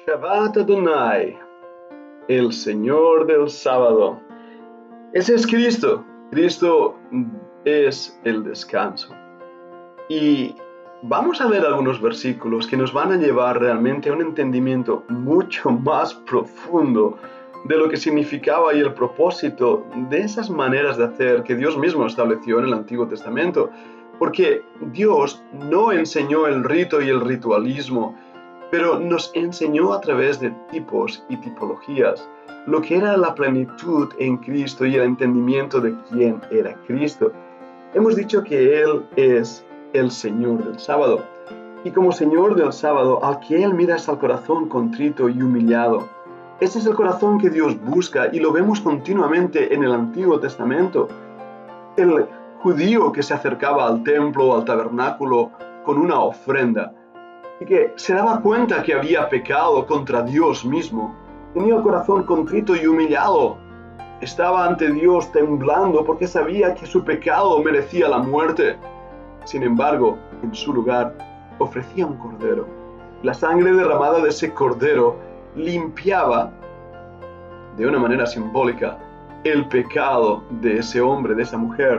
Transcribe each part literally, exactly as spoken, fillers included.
Shabbat Adonai, el Señor del sábado. Ese es Cristo. Cristo es el descanso. Y vamos a ver algunos versículos que nos van a llevar realmente a un entendimiento mucho más profundo de lo que significaba y el propósito de esas maneras de hacer que Dios mismo estableció en el Antiguo Testamento. Porque Dios no enseñó el rito y el ritualismo, pero nos enseñó a través de tipos y tipologías lo que era la plenitud en Cristo y el entendimiento de quién era Cristo. Hemos dicho que Él es el Señor del sábado. Y como Señor del sábado, al que Él mira es al corazón contrito y humillado. Ese es el corazón que Dios busca y lo vemos continuamente en el Antiguo Testamento. El judío que se acercaba al templo o al tabernáculo con una ofrenda y que se daba cuenta que había pecado contra Dios mismo, tenía el corazón contrito y humillado. Estaba ante Dios temblando porque sabía que su pecado merecía la muerte. Sin embargo, en su lugar, ofrecía un cordero. La sangre derramada de ese cordero limpiaba, de una manera simbólica, el pecado de ese hombre, de esa mujer.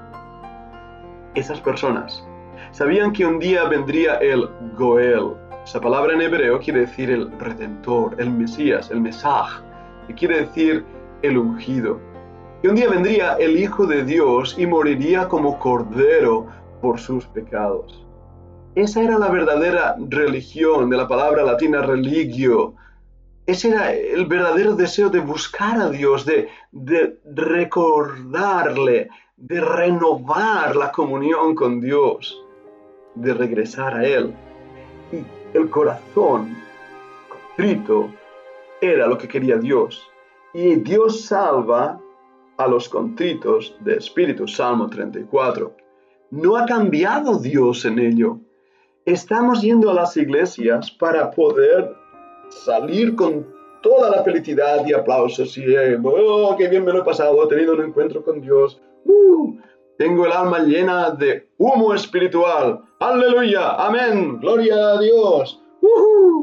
Esas personas sabían que un día vendría el Goel. Esa palabra en hebreo quiere decir el Redentor, el Mesías, el Mesaj, que quiere decir el ungido. Que un día vendría el Hijo de Dios y moriría como cordero por sus pecados. Esa era la verdadera religión, de la palabra latina religio. Ese era el verdadero deseo de buscar a Dios, de, de recordarle, de renovar la comunión con Dios, de regresar a Él. Y el corazón contrito era lo que quería Dios. Y Dios salva a los contritos de espíritu, Salmo treinta y cuatro. No ha cambiado Dios en ello. Estamos yendo a las iglesias para poder salir con toda la felicidad y aplausos y eh, oh, qué bien me lo he pasado, he tenido un encuentro con Dios. Uh, tengo el alma llena de humo espiritual. Aleluya, amén, gloria a Dios. Uh-huh.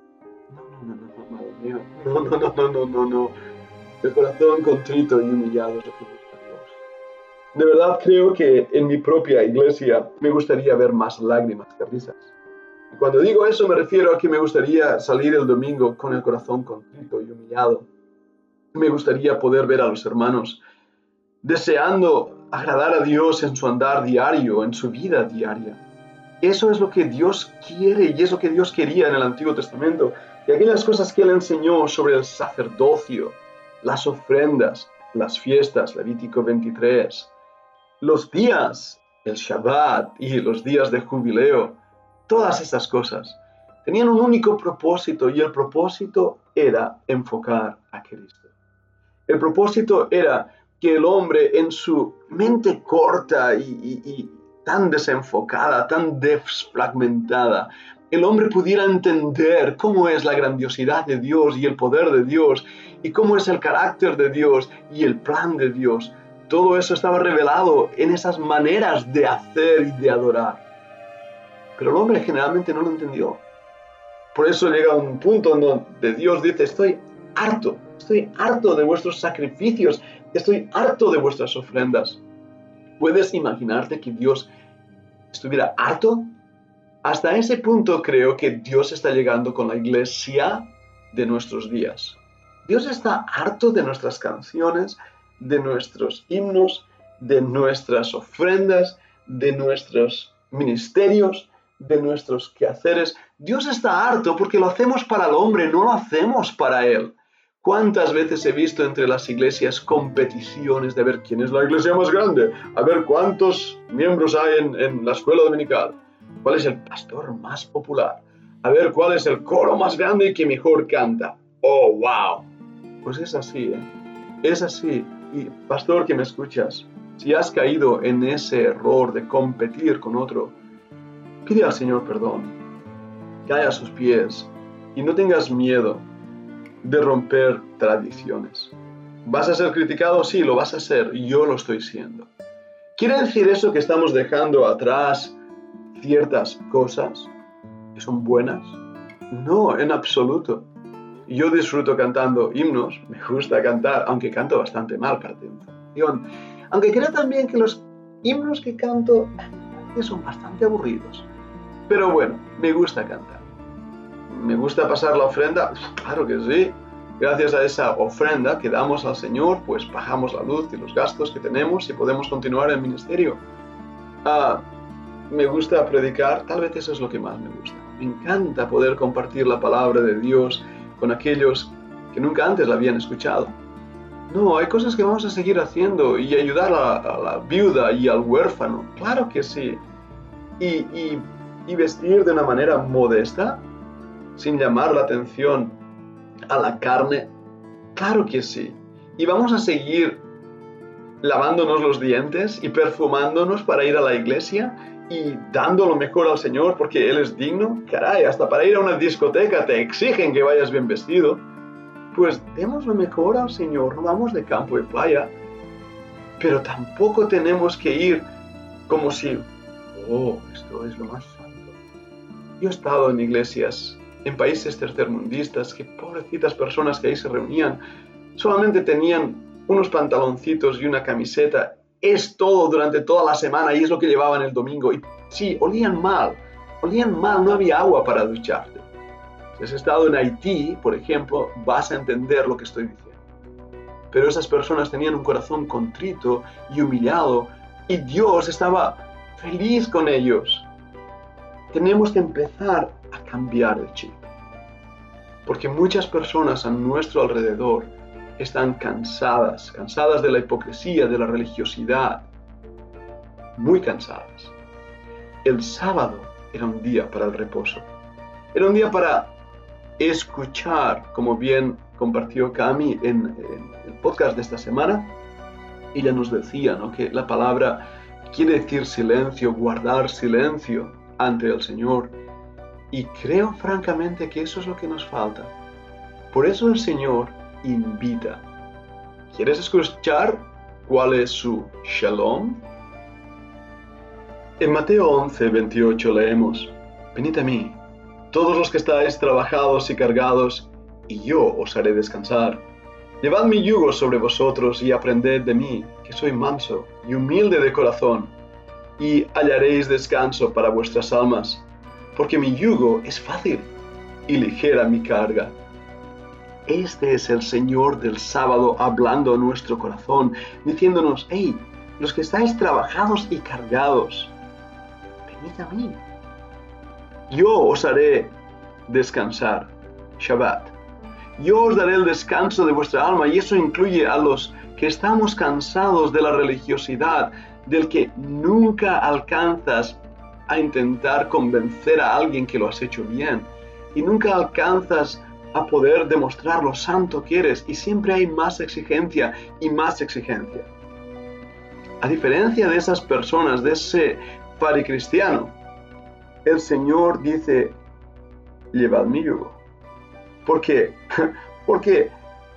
No, no, no, no, madre mía. No, no, no, no, no, no, no. El corazón contrito y humillado es lo que busca Dios. De verdad creo que en mi propia iglesia me gustaría ver más lágrimas que risas. Y cuando digo eso me refiero a que me gustaría salir el domingo con el corazón contrito y humillado. Me gustaría poder ver a los hermanos deseando agradar a Dios en su andar diario, en su vida diaria. Eso es lo que Dios quiere y es lo que Dios quería en el Antiguo Testamento. Y aquellas cosas que Él enseñó sobre el sacerdocio, las ofrendas, las fiestas, Levítico veintitrés, los días, el Shabbat y los días de jubileo, todas esas cosas tenían un único propósito y el propósito era enfocar a Cristo. El propósito era que el hombre en su mente corta y, y, y tan desenfocada, tan desfragmentada, el hombre pudiera entender cómo es la grandiosidad de Dios y el poder de Dios y cómo es el carácter de Dios y el plan de Dios. Todo eso estaba revelado en esas maneras de hacer y de adorar. Pero el hombre generalmente no lo entendió. Por eso llega un punto en donde Dios dice, estoy harto, estoy harto de vuestros sacrificios, estoy harto de vuestras ofrendas. ¿Puedes imaginarte que Dios estuviera harto? Hasta ese punto creo que Dios está llegando con la iglesia de nuestros días. Dios está harto de nuestras canciones, de nuestros himnos, de nuestras ofrendas, de nuestros ministerios, de nuestros quehaceres. Dios está harto porque lo hacemos para el hombre, no lo hacemos para Él. ¿Cuántas veces he visto entre las iglesias competiciones de ver quién es la iglesia más grande? A ver cuántos miembros hay en, en la escuela dominical. ¿Cuál es el pastor más popular? A ver cuál es el coro más grande y que mejor canta. ¡Oh, wow! Pues es así, ¿eh? Es así. Y pastor que me escuchas, si has caído en ese error de competir con otro, pide al Señor perdón. Cae a sus pies y no tengas miedo de romper tradiciones. ¿Vas a ser criticado? Sí, lo vas a ser. Yo lo estoy siendo. ¿Quiere decir eso que estamos dejando atrás ciertas cosas que son buenas? No, en absoluto. Yo disfruto cantando himnos, me gusta cantar, aunque canto bastante mal para tu información. Aunque creo también que los himnos que canto son bastante aburridos. Pero bueno, me gusta cantar. ¿Me gusta pasar la ofrenda? Claro que sí. Gracias a esa ofrenda que damos al Señor, pues bajamos la luz y los gastos que tenemos y podemos continuar el ministerio. Ah, me gusta predicar, tal vez eso es lo que más me gusta. Me encanta poder compartir la palabra de Dios con aquellos que nunca antes la habían escuchado. No, hay cosas que vamos a seguir haciendo y ayudar a, a la viuda y al huérfano, claro que sí. Y, y, y vestir de una manera modesta, sin llamar la atención a la carne, claro que sí. Y vamos a seguir lavándonos los dientes y perfumándonos para ir a la iglesia y dando lo mejor al Señor porque Él es digno. Caray, hasta para ir a una discoteca te exigen que vayas bien vestido. Pues demos lo mejor al Señor, no vamos de campo y playa, pero tampoco tenemos que ir como si, oh, esto es lo más santo. Yo he estado en iglesias, en países tercermundistas, que pobrecitas personas que ahí se reunían, solamente tenían unos pantaloncitos y una camiseta, es todo durante toda la semana y es lo que llevaban el domingo. Y sí, olían mal, olían mal, no había agua para ducharte. Si has estado en Haití, por ejemplo, vas a entender lo que estoy diciendo. Pero esas personas tenían un corazón contrito y humillado y Dios estaba feliz con ellos. Tenemos que empezar a cambiar el chip. Porque muchas personas a nuestro alrededor están cansadas, cansadas de la hipocresía, de la religiosidad. Muy cansadas. El sábado era un día para el reposo. Era un día para escuchar, como bien compartió Cami en, en el podcast de esta semana. Ella nos decía, ¿no?, que la palabra quiere decir silencio, guardar silencio ante el Señor. Y creo francamente que eso es lo que nos falta. Por eso el Señor invita. ¿Quieres escuchar cuál es su shalom? En Mateo once, veintiocho leemos: Venid a mí, todos los que estáis trabajados y cargados, y yo os haré descansar. Llevad mi yugo sobre vosotros y aprended de mí, que soy manso y humilde de corazón, y hallaréis descanso para vuestras almas, porque mi yugo es fácil y ligera mi carga. Este es el Señor del sábado hablando a nuestro corazón, diciéndonos: hey, los que estáis trabajados y cargados, venid a mí. Yo os haré descansar, Shabbat. Yo os daré el descanso de vuestra alma, y eso incluye a los que estamos cansados de la religiosidad, del que nunca alcanzas a intentar convencer a alguien que lo has hecho bien, y nunca alcanzas a poder demostrar lo santo que eres, y siempre hay más exigencia y más exigencia. A diferencia de esas personas, de ese faricristiano, el Señor dice: llevad mi yugo. ¿Por qué? Porque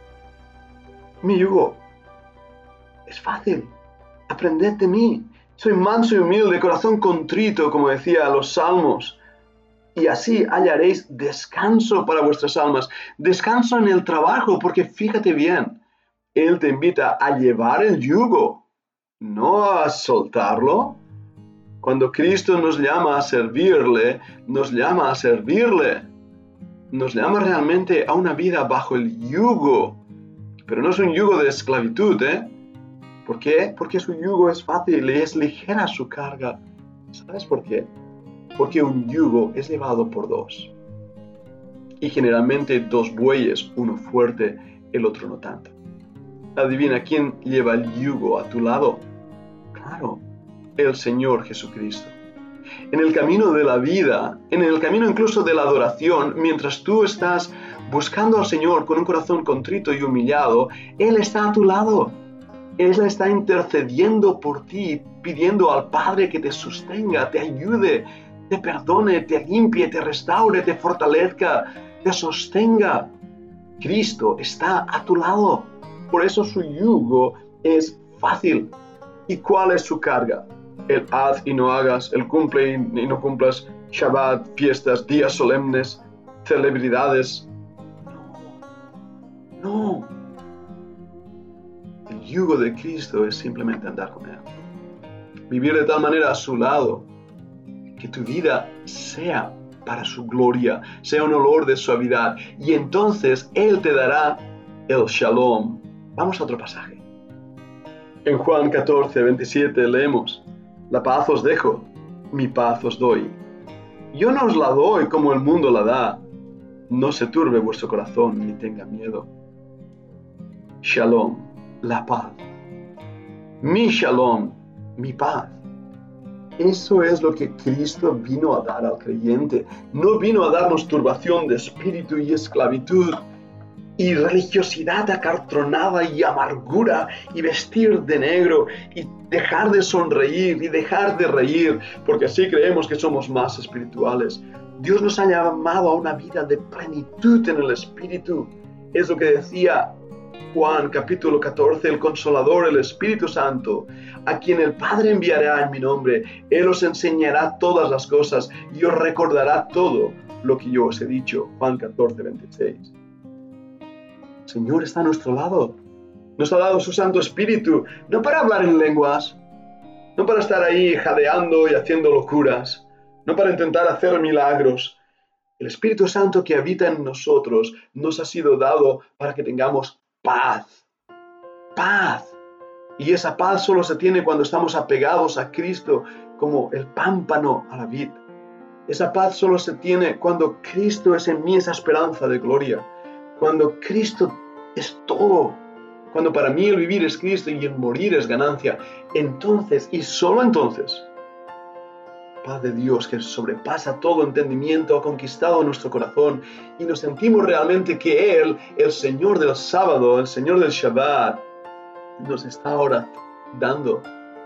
mi yugo es fácil. Aprended de mí. Soy manso y humilde, de corazón contrito, como decía los salmos. Y así hallaréis descanso para vuestras almas. Descanso en el trabajo, porque fíjate bien, Él te invita a llevar el yugo, no a soltarlo. Cuando Cristo nos llama a servirle, nos llama a servirle. Nos llama realmente a una vida bajo el yugo. Pero no es un yugo de esclavitud, ¿eh? ¿Por qué? Porque su yugo es fácil y es ligera su carga. ¿Sabes por qué? Porque un yugo es llevado por dos. Y generalmente dos bueyes, uno fuerte, el otro no tanto. Adivina quién lleva el yugo a tu lado. Claro, el Señor Jesucristo. En el camino de la vida, en el camino incluso de la adoración, mientras tú estás buscando al Señor con un corazón contrito y humillado, Él está a tu lado. Él está intercediendo por ti, pidiendo al Padre que te sostenga, te ayude, te perdone, te limpie, te restaure, te fortalezca, te sostenga. Cristo está a tu lado. Por eso su yugo es fácil. ¿Y cuál es su carga? El haz y no hagas, el cumple y no cumplas, Shabbat, fiestas, días solemnes. celebridades. No, no. El yugo de Cristo es simplemente andar con Él. Vivir de tal manera a su lado que tu vida sea para su gloria, sea un olor de suavidad. Y entonces Él te dará el shalom. Vamos a otro pasaje. En Juan catorce, veintisiete leemos: la paz os dejo, mi paz os doy. Yo no os la doy como el mundo la da. No se turbe vuestro corazón ni tenga miedo. Shalom, la paz. Mi shalom, mi paz. Eso es lo que Cristo vino a dar al creyente. No vino a darnos turbación de espíritu y esclavitud y religiosidad acartronada y amargura y vestir de negro y dejar de sonreír y dejar de reír porque así creemos que somos más espirituales. Dios nos ha llamado a una vida de plenitud en el espíritu. Es lo que decía Juan capítulo catorce, el Consolador, el Espíritu Santo, a quien el Padre enviará en mi nombre. Él os enseñará todas las cosas y os recordará todo lo que yo os he dicho. Juan catorce, veintiséis. El Señor está a nuestro lado. Nos ha dado su Santo Espíritu, no para hablar en lenguas, no para estar ahí jadeando y haciendo locuras, no para intentar hacer milagros. El Espíritu Santo que habita en nosotros nos ha sido dado para que tengamos paz, paz. Y esa paz solo se tiene cuando estamos apegados a Cristo como el pámpano a la vid. Esa paz solo se tiene cuando Cristo es en mí esa esperanza de gloria. Cuando Cristo es todo. Cuando para mí el vivir es Cristo y el morir es ganancia. Entonces, y solo entonces, paz de Dios que sobrepasa todo entendimiento ha conquistado nuestro corazón y nos sentimos realmente que Él, el Señor del sábado, el Señor del Shabbat, nos está ahora dando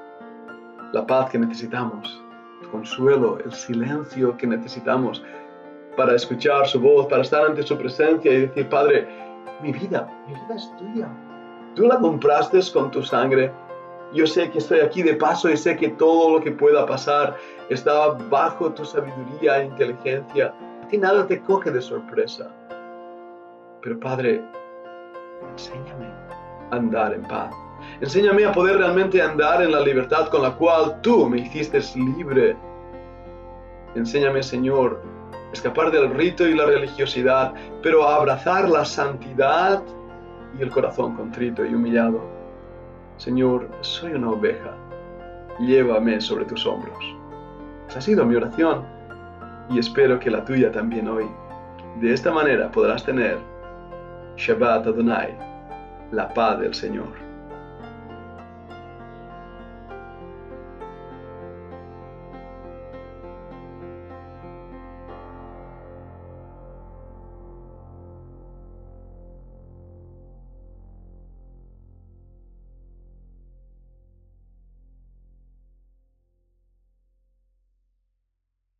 la paz que necesitamos, el consuelo, el silencio que necesitamos para escuchar su voz, para estar ante su presencia y decir: Padre, mi vida, mi vida es tuya. Tú la compraste con tu sangre. Yo sé que estoy aquí de paso y sé que todo lo que pueda pasar está bajo tu sabiduría e inteligencia. A ti nada te coge de sorpresa. Pero Padre, enséñame a andar en paz. Enséñame a poder realmente andar en la libertad con la cual tú me hiciste libre. Enséñame, Señor, a escapar del rito y la religiosidad, pero a abrazar la santidad y el corazón contrito y humillado. Señor, soy una oveja, llévame sobre tus hombros. Esa ha sido mi oración y espero que la tuya también hoy. De esta manera podrás tener Shabbat Adonai, la paz del Señor.